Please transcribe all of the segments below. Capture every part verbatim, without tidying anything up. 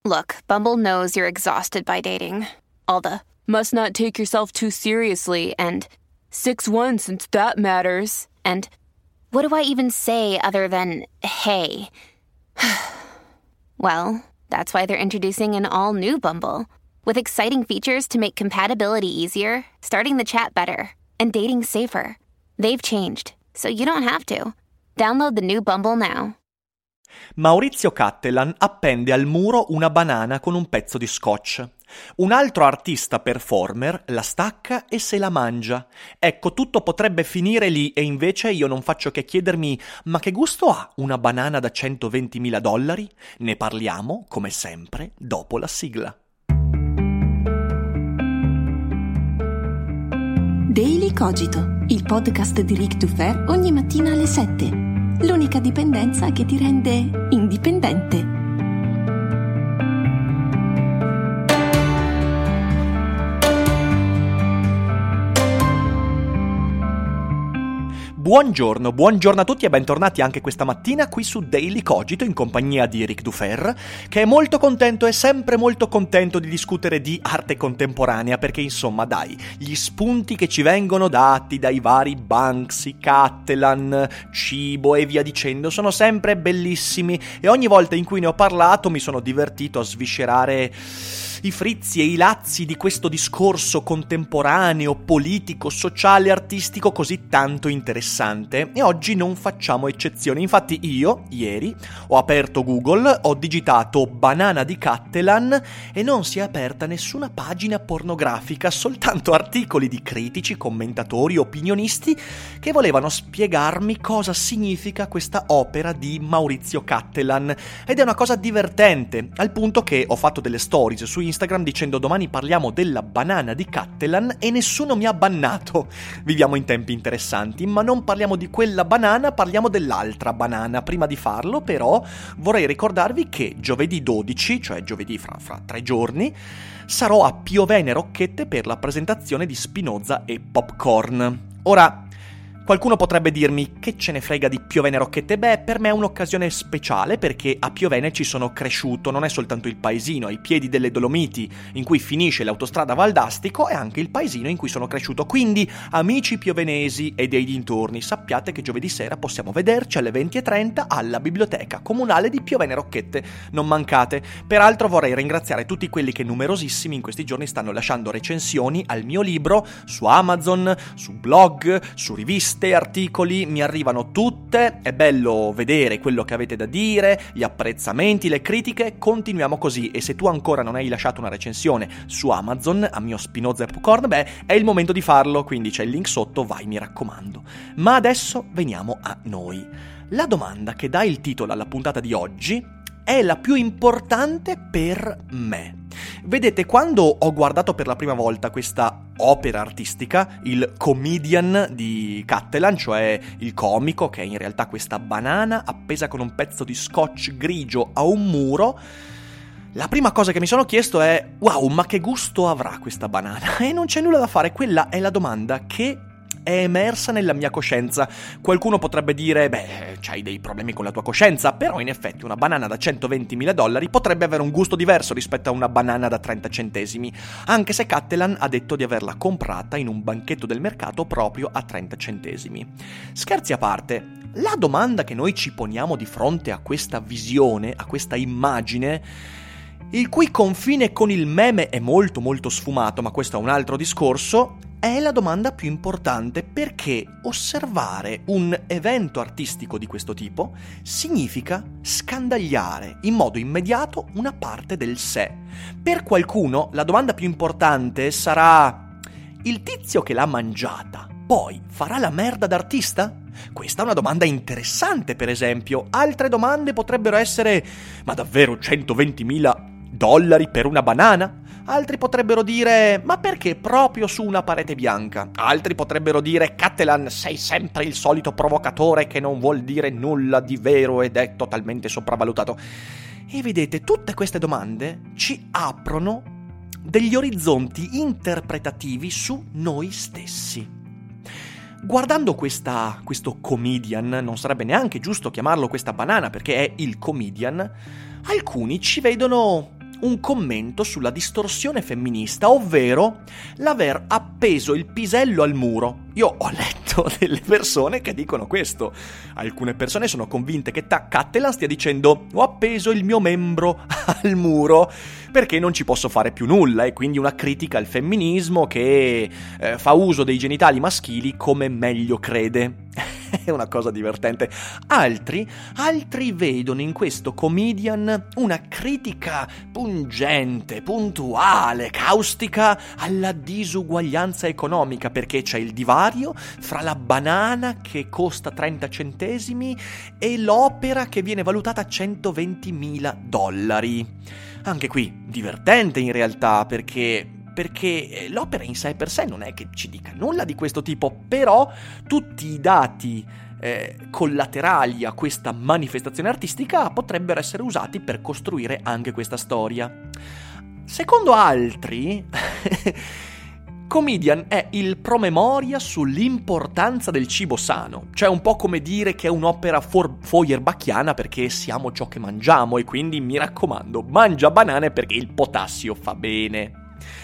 Look, Bumble knows you're exhausted by dating. All the must not take yourself too seriously and six one since that matters. And what do I even say other than hey? Well, that's why they're introducing an all-new Bumble with exciting features to make compatibility easier, starting the chat better, and dating safer. They've changed, so you don't have to. Download the new Bumble now. Maurizio Cattelan appende al muro una banana con un pezzo di scotch. Un altro artista performer la stacca e se la mangia. Ecco, tutto potrebbe finire lì e invece io non faccio che chiedermi: ma che gusto ha una banana da centoventimila dollari? Ne parliamo, come sempre, dopo la sigla. Daily Cogito, il podcast di Rick Dufer ogni mattina alle sette. L'unica dipendenza che ti rende indipendente. Buongiorno, buongiorno a tutti e bentornati anche questa mattina qui su Daily Cogito in compagnia di Eric Dufer, che è molto contento e sempre molto contento di discutere di arte contemporanea, perché insomma dai, gli spunti che ci vengono dati dai vari Banksy, Cattelan, Cibo e via dicendo sono sempre bellissimi e ogni volta in cui ne ho parlato mi sono divertito a sviscerare i frizzi e i lazzi di questo discorso contemporaneo, politico, sociale, artistico così tanto interessante, e oggi non facciamo eccezione. Infatti io, ieri, ho aperto Google, ho digitato banana di Cattelan e non si è aperta nessuna pagina pornografica, soltanto articoli di critici, commentatori, opinionisti che volevano spiegarmi cosa significa questa opera di Maurizio Cattelan, ed è una cosa divertente, al punto che ho fatto delle stories su Instagram dicendo domani parliamo della banana di Cattelan e nessuno mi ha bannato. Viviamo in tempi interessanti, ma non parliamo di quella banana, parliamo dell'altra banana. Prima di farlo però vorrei ricordarvi che giovedì dodici, cioè giovedì fra, fra tre giorni, sarò a Piovene Rocchette per la presentazione di Spinoza e Popcorn. Ora, qualcuno potrebbe dirmi: che ce ne frega di Piovene Rocchette? Beh, per me è un'occasione speciale perché a Piovene ci sono cresciuto, non è soltanto il paesino ai piedi delle Dolomiti in cui finisce l'autostrada Valdastico, è anche il paesino in cui sono cresciuto. Quindi, amici piovenesi e dei dintorni, sappiate che giovedì sera possiamo vederci alle venti e trenta alla biblioteca comunale di Piovene Rocchette. Non mancate. Peraltro vorrei ringraziare tutti quelli che numerosissimi in questi giorni stanno lasciando recensioni al mio libro su Amazon, su blog, su riviste, articoli, mi arrivano tutte, è bello vedere quello che avete da dire, gli apprezzamenti, le critiche. Continuiamo così, e se tu ancora non hai lasciato una recensione su Amazon a mio Spinoza e Popcorn, beh, è il momento di farlo, quindi c'è il link sotto, vai, mi raccomando. Ma adesso veniamo a noi. La domanda che dà il titolo alla puntata di oggi è la più importante per me. Vedete, quando ho guardato per la prima volta questa opera artistica, il comedian di Cattelan, cioè il comico, che è in realtà questa banana appesa con un pezzo di scotch grigio a un muro, la prima cosa che mi sono chiesto è: wow, ma che gusto avrà questa banana? E non c'è nulla da fare, quella è la domanda che è emersa nella mia coscienza. Qualcuno potrebbe dire: beh, c'hai dei problemi con la tua coscienza, però in effetti una banana da centoventimila dollari potrebbe avere un gusto diverso rispetto a una banana da trenta centesimi, anche se Cattelan ha detto di averla comprata in un banchetto del mercato proprio a trenta centesimi. Scherzi a parte, la domanda che noi ci poniamo di fronte a questa visione, a questa immagine, il cui confine con il meme è molto molto sfumato, ma questo è un altro discorso, è la domanda più importante, perché osservare un evento artistico di questo tipo significa scandagliare in modo immediato una parte del sé. Per qualcuno la domanda più importante sarà: il tizio che l'ha mangiata poi farà la merda d'artista? Questa è una domanda interessante, per esempio. Altre domande potrebbero essere: ma davvero centoventimila dollari per una banana? Altri potrebbero dire: ma perché proprio su una parete bianca? Altri potrebbero dire: Cattelan, sei sempre il solito provocatore che non vuol dire nulla di vero ed è totalmente sopravvalutato. E vedete, tutte queste domande ci aprono degli orizzonti interpretativi su noi stessi. Guardando questa, questo comedian, non sarebbe neanche giusto chiamarlo questa banana perché è il comedian, alcuni ci vedono un commento sulla distorsione femminista, ovvero l'aver appeso il pisello al muro. Io ho letto delle persone che dicono questo. Alcune persone sono convinte che ta- Cattelan stia dicendo ho appeso il mio membro al muro perché non ci posso fare più nulla, e quindi una critica al femminismo che eh, fa uso dei genitali maschili come meglio crede. È una cosa divertente. Altri, altri vedono in questo comedian una critica pungente, puntuale, caustica alla disuguaglianza economica, perché c'è il divario fra la banana che costa trenta centesimi e l'opera che viene valutata a centoventimila dollari. Anche qui, divertente in realtà, perché... perché l'opera in sé per sé non è che ci dica nulla di questo tipo, però tutti i dati eh, collaterali a questa manifestazione artistica potrebbero essere usati per costruire anche questa storia. Secondo altri, comedian è il promemoria sull'importanza del cibo sano, cioè un po' come dire che è un'opera for- feuerbacchiana perché siamo ciò che mangiamo, e quindi mi raccomando, mangia banane perché il potassio fa bene.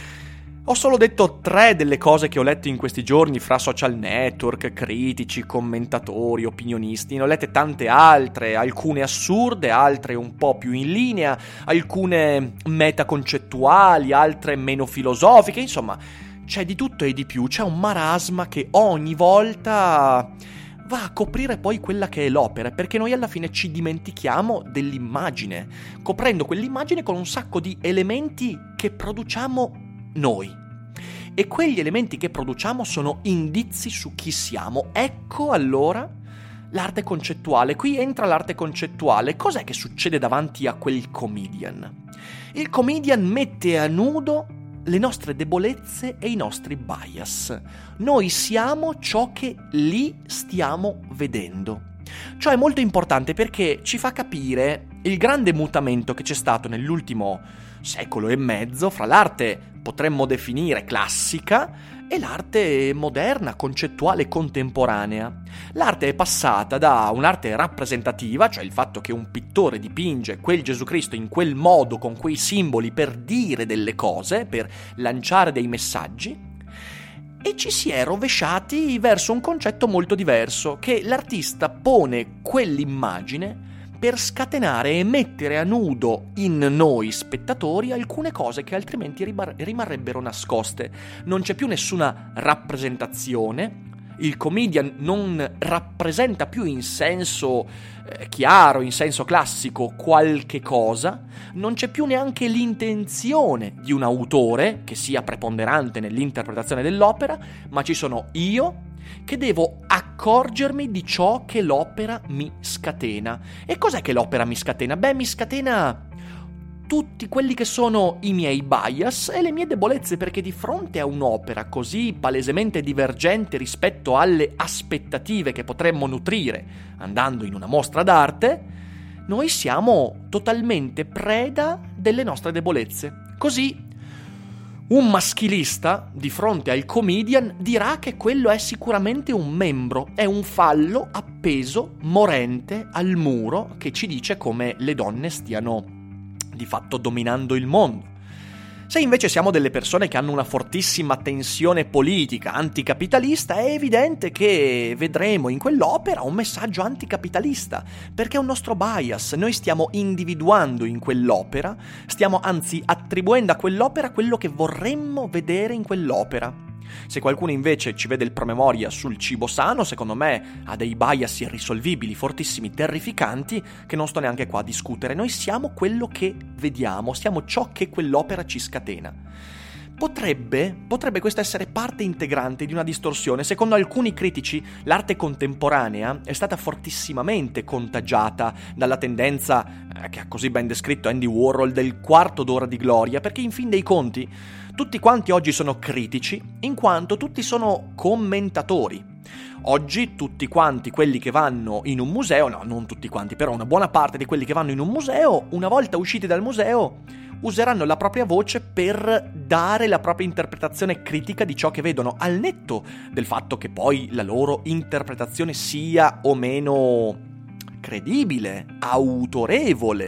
Ho solo detto tre delle cose che ho letto in questi giorni fra social network, critici, commentatori, opinionisti. Ne ho lette tante altre, alcune assurde, altre un po' più in linea, alcune metaconcettuali, altre meno filosofiche, insomma, c'è di tutto e di più. C'è un marasma che ogni volta va a coprire poi quella che è l'opera, perché noi alla fine ci dimentichiamo dell'immagine, coprendo quell'immagine con un sacco di elementi che produciamo noi. E quegli elementi che produciamo sono indizi su chi siamo. Ecco allora l'arte concettuale. Qui entra l'arte concettuale. Cos'è che succede davanti a quel comedian? Il comedian mette a nudo le nostre debolezze e i nostri bias. Noi siamo ciò che lì stiamo vedendo. Ciò è molto importante perché ci fa capire il grande mutamento che c'è stato nell'ultimo secolo e mezzo fra l'arte potremmo definire classica e l'arte moderna, concettuale, contemporanea. L'arte è passata da un'arte rappresentativa, cioè il fatto che un pittore dipinge quel Gesù Cristo in quel modo, con quei simboli, per dire delle cose, per lanciare dei messaggi, e ci si è rovesciati verso un concetto molto diverso, che l'artista pone quell'immagine per scatenare e mettere a nudo in noi spettatori alcune cose che altrimenti rimar- rimarrebbero nascoste. Non c'è più nessuna rappresentazione, il comedian non rappresenta più in senso eh, chiaro, in senso classico, qualche cosa, non c'è più neanche l'intenzione di un autore che sia preponderante nell'interpretazione dell'opera, ma ci sono io che devo accorgermi di ciò che l'opera mi scatena. E cos'è che l'opera mi scatena? Beh, mi scatena tutti quelli che sono i miei bias e le mie debolezze, perché di fronte a un'opera così palesemente divergente rispetto alle aspettative che potremmo nutrire andando in una mostra d'arte, noi siamo totalmente preda delle nostre debolezze. Così un maschilista di fronte al comedian dirà che quello è sicuramente un membro, è un fallo appeso, morente al muro, che ci dice come le donne stiano di fatto dominando il mondo. Se invece siamo delle persone che hanno una fortissima tensione politica anticapitalista, è evidente che vedremo in quell'opera un messaggio anticapitalista, perché è un nostro bias. Noi stiamo individuando in quell'opera, stiamo anzi attribuendo a quell'opera quello che vorremmo vedere in quell'opera. Se qualcuno invece ci vede il promemoria sul cibo sano, secondo me ha dei bias irrisolvibili, fortissimi, terrificanti, che non sto neanche qua a discutere. Noi siamo quello che vediamo, siamo ciò che quell'opera ci scatena. Potrebbe, potrebbe questa essere parte integrante di una distorsione. Secondo alcuni critici, l'arte contemporanea è stata fortissimamente contagiata dalla tendenza, eh, che ha così ben descritto Andy Warhol, del quarto d'ora di gloria, perché in fin dei conti tutti quanti oggi sono critici, in quanto tutti sono commentatori. Oggi tutti quanti quelli che vanno in un museo, no, non tutti quanti, però una buona parte di quelli che vanno in un museo, una volta usciti dal museo, useranno la propria voce per dare la propria interpretazione critica di ciò che vedono, al netto del fatto che poi la loro interpretazione sia o meno credibile, autorevole.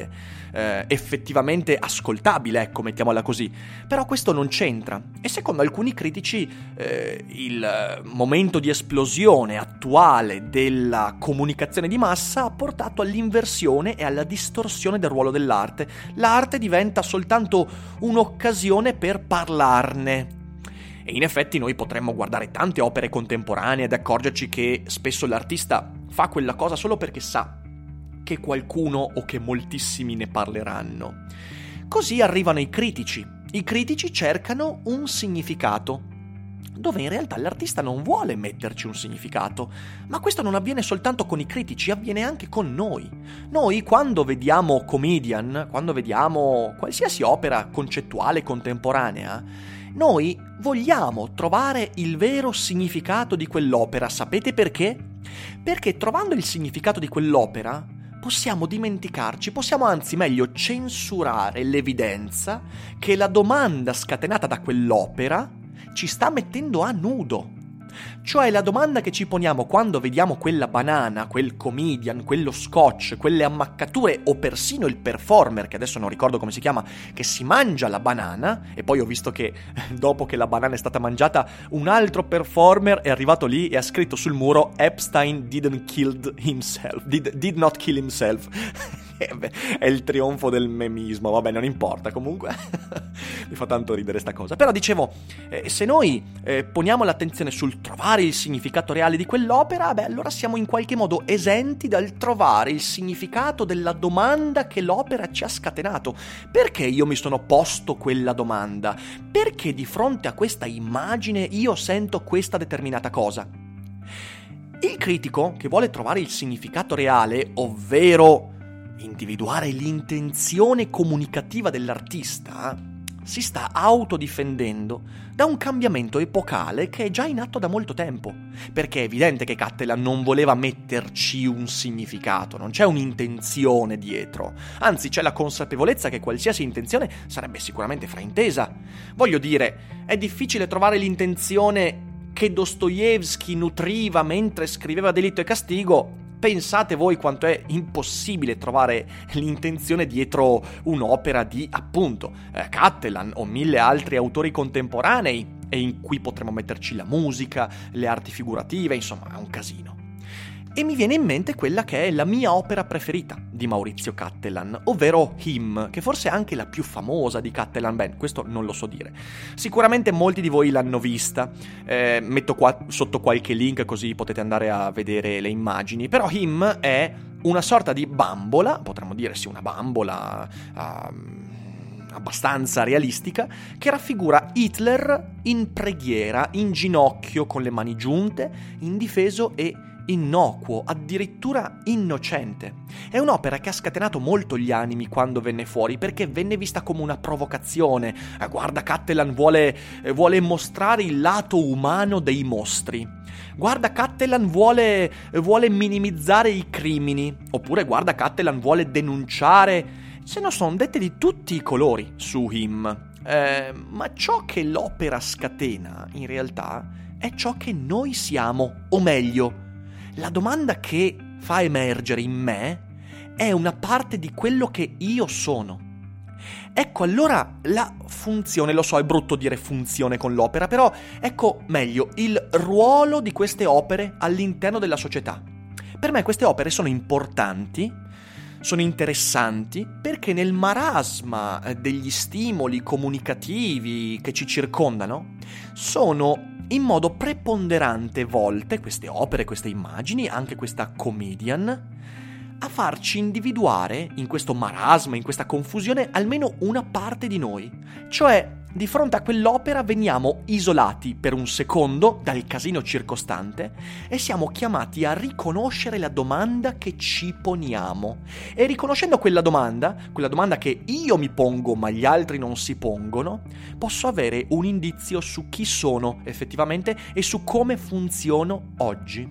eh, effettivamente ascoltabile, ecco, mettiamola così. Però questo non c'entra. E secondo alcuni critici eh, il momento di esplosione attuale della comunicazione di massa ha portato all'inversione e alla distorsione del ruolo dell'arte. L'arte diventa soltanto un'occasione per parlarne. E in effetti noi potremmo guardare tante opere contemporanee ed accorgerci che spesso l'artista fa quella cosa solo perché sa che qualcuno o che moltissimi ne parleranno. Così arrivano i critici. I critici cercano un significato, dove in realtà l'artista non vuole metterci un significato, ma questo non avviene soltanto con i critici, avviene anche con noi. Noi quando vediamo comedian, quando vediamo qualsiasi opera concettuale contemporanea, noi vogliamo trovare il vero significato di quell'opera. Sapete perché? Perché trovando il significato di quell'opera possiamo dimenticarci, possiamo anzi meglio censurare l'evidenza che la domanda scatenata da quell'opera ci sta mettendo a nudo. Cioè la domanda che ci poniamo quando vediamo quella banana, quel comedian, quello scotch, quelle ammaccature o persino il performer, che adesso non ricordo come si chiama, che si mangia la banana, e poi ho visto che dopo che la banana è stata mangiata un altro performer è arrivato lì e ha scritto sul muro Epstein didn't kill himself, did, did not kill himself. È il trionfo del memismo, vabbè, non importa, comunque mi fa tanto ridere sta cosa. Però dicevo, eh, se noi eh, poniamo l'attenzione sul trovare il significato reale di quell'opera, beh, allora siamo in qualche modo esenti dal trovare il significato della domanda che l'opera ci ha scatenato. Perché io mi sono posto quella domanda? Perché di fronte a questa immagine io sento questa determinata cosa? Il critico che vuole trovare il significato reale, ovvero individuare l'intenzione comunicativa dell'artista, si sta autodifendendo da un cambiamento epocale che è già in atto da molto tempo. Perché è evidente che Cattelan non voleva metterci un significato, non c'è un'intenzione dietro. Anzi, c'è la consapevolezza che qualsiasi intenzione sarebbe sicuramente fraintesa. Voglio dire, è difficile trovare l'intenzione che Dostoevskij nutriva mentre scriveva Delitto e Castigo. Pensate voi quanto è impossibile trovare l'intenzione dietro un'opera di, appunto, eh, Cattelan o mille altri autori contemporanei, e in cui potremmo metterci la musica, le arti figurative, insomma, è un casino. E mi viene in mente quella che è la mia opera preferita di Maurizio Cattelan, ovvero Him, che forse è anche la più famosa di Cattelan. Beh, questo non lo so dire. Sicuramente molti di voi l'hanno vista, eh, metto qua sotto qualche link così potete andare a vedere le immagini, però Him è una sorta di bambola, potremmo dire sì, una bambola uh, abbastanza realistica, che raffigura Hitler in preghiera, in ginocchio, con le mani giunte, indifeso e innocuo, addirittura innocente. È un'opera che ha scatenato molto gli animi quando venne fuori, perché venne vista come una provocazione. Eh, guarda, Cattelan vuole, eh, vuole mostrare il lato umano dei mostri. Guarda, Cattelan vuole, eh, vuole minimizzare i crimini. Oppure guarda, Cattelan vuole denunciare. Se ne sono dette di tutti i colori su Him. Eh, ma ciò che l'opera scatena, in realtà, è ciò che noi siamo, o meglio, la domanda che fa emergere in me è una parte di quello che io sono. Ecco allora la funzione, lo so è brutto dire funzione con l'opera, però ecco meglio il ruolo di queste opere all'interno della società. Per me queste opere sono importanti, sono interessanti, perché nel marasma degli stimoli comunicativi che ci circondano sono in modo preponderante volte queste opere, queste immagini, anche questa comedian, a farci individuare in questo marasma, in questa confusione, almeno una parte di noi. Cioè, di fronte a quell'opera veniamo isolati per un secondo dal casino circostante e siamo chiamati a riconoscere la domanda che ci poniamo. E riconoscendo quella domanda, quella domanda che io mi pongo ma gli altri non si pongono, posso avere un indizio su chi sono effettivamente e su come funziono oggi.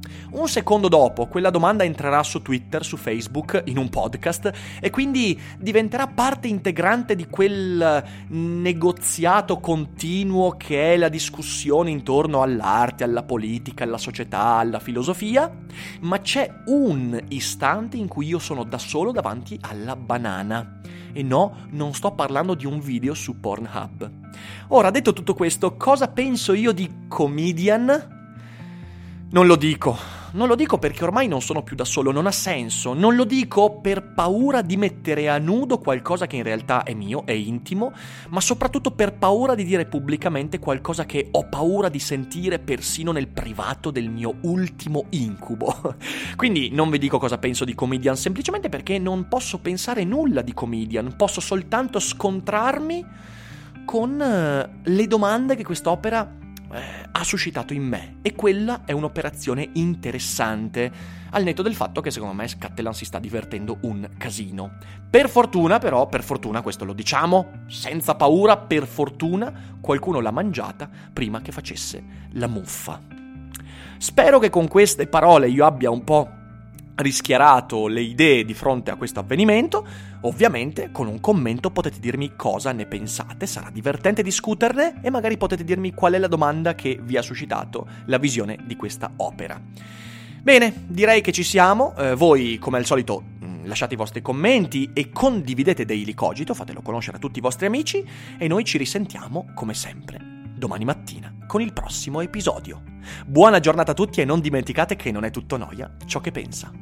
Un secondo dopo, quella domanda entrerà su Twitter, su Facebook, in un podcast e quindi diventerà parte integrante di quel negoziato continuo che è la discussione intorno all'arte, alla politica, alla società, alla filosofia, ma c'è un istante in cui io sono da solo davanti alla banana. E no, non sto parlando di un video su Pornhub. Ora, detto tutto questo, cosa penso io di comedian? Non lo dico, non lo dico perché ormai non sono più da solo, non ha senso, non lo dico per paura di mettere a nudo qualcosa che in realtà è mio, è intimo, ma soprattutto per paura di dire pubblicamente qualcosa che ho paura di sentire persino nel privato del mio ultimo incubo. Quindi non vi dico cosa penso di comedian, semplicemente perché non posso pensare nulla di comedian, posso soltanto scontrarmi con le domande che quest'opera Eh, ha suscitato in me, e quella è un'operazione interessante, al netto del fatto che secondo me Scattelan si sta divertendo un casino. Per fortuna però, per fortuna, questo lo diciamo senza paura, per fortuna qualcuno l'ha mangiata prima che facesse la muffa. Spero che con queste parole io abbia un po' rischiarato le idee di fronte a questo avvenimento. Ovviamente con un commento potete dirmi cosa ne pensate, sarà divertente discuterne e magari potete dirmi qual è la domanda che vi ha suscitato la visione di questa opera. Bene, direi che ci siamo. Eh, voi come al solito mh, lasciate i vostri commenti e condividete Daily Cogito, fatelo conoscere a tutti i vostri amici e noi ci risentiamo come sempre domani mattina con il prossimo episodio. Buona giornata a tutti e non dimenticate che non è tutto noia ciò che pensa.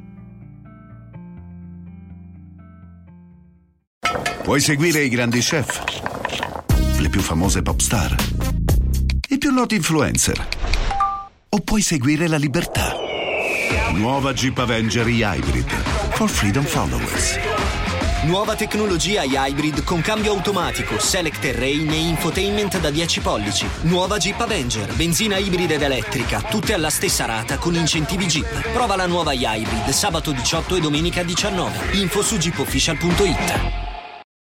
Puoi seguire i grandi chef, le più famose pop star, i più noti influencer, o puoi seguire la libertà. Nuova Jeep Avenger e-Hybrid for Freedom Followers. Nuova tecnologia e-Hybrid con cambio automatico, Select Terrain e infotainment da dieci pollici. Nuova Jeep Avenger, benzina ibrida ed elettrica, tutte alla stessa rata con incentivi Jeep. Prova la nuova e-Hybrid sabato diciotto e domenica diciannove. Info su jeep official punto it.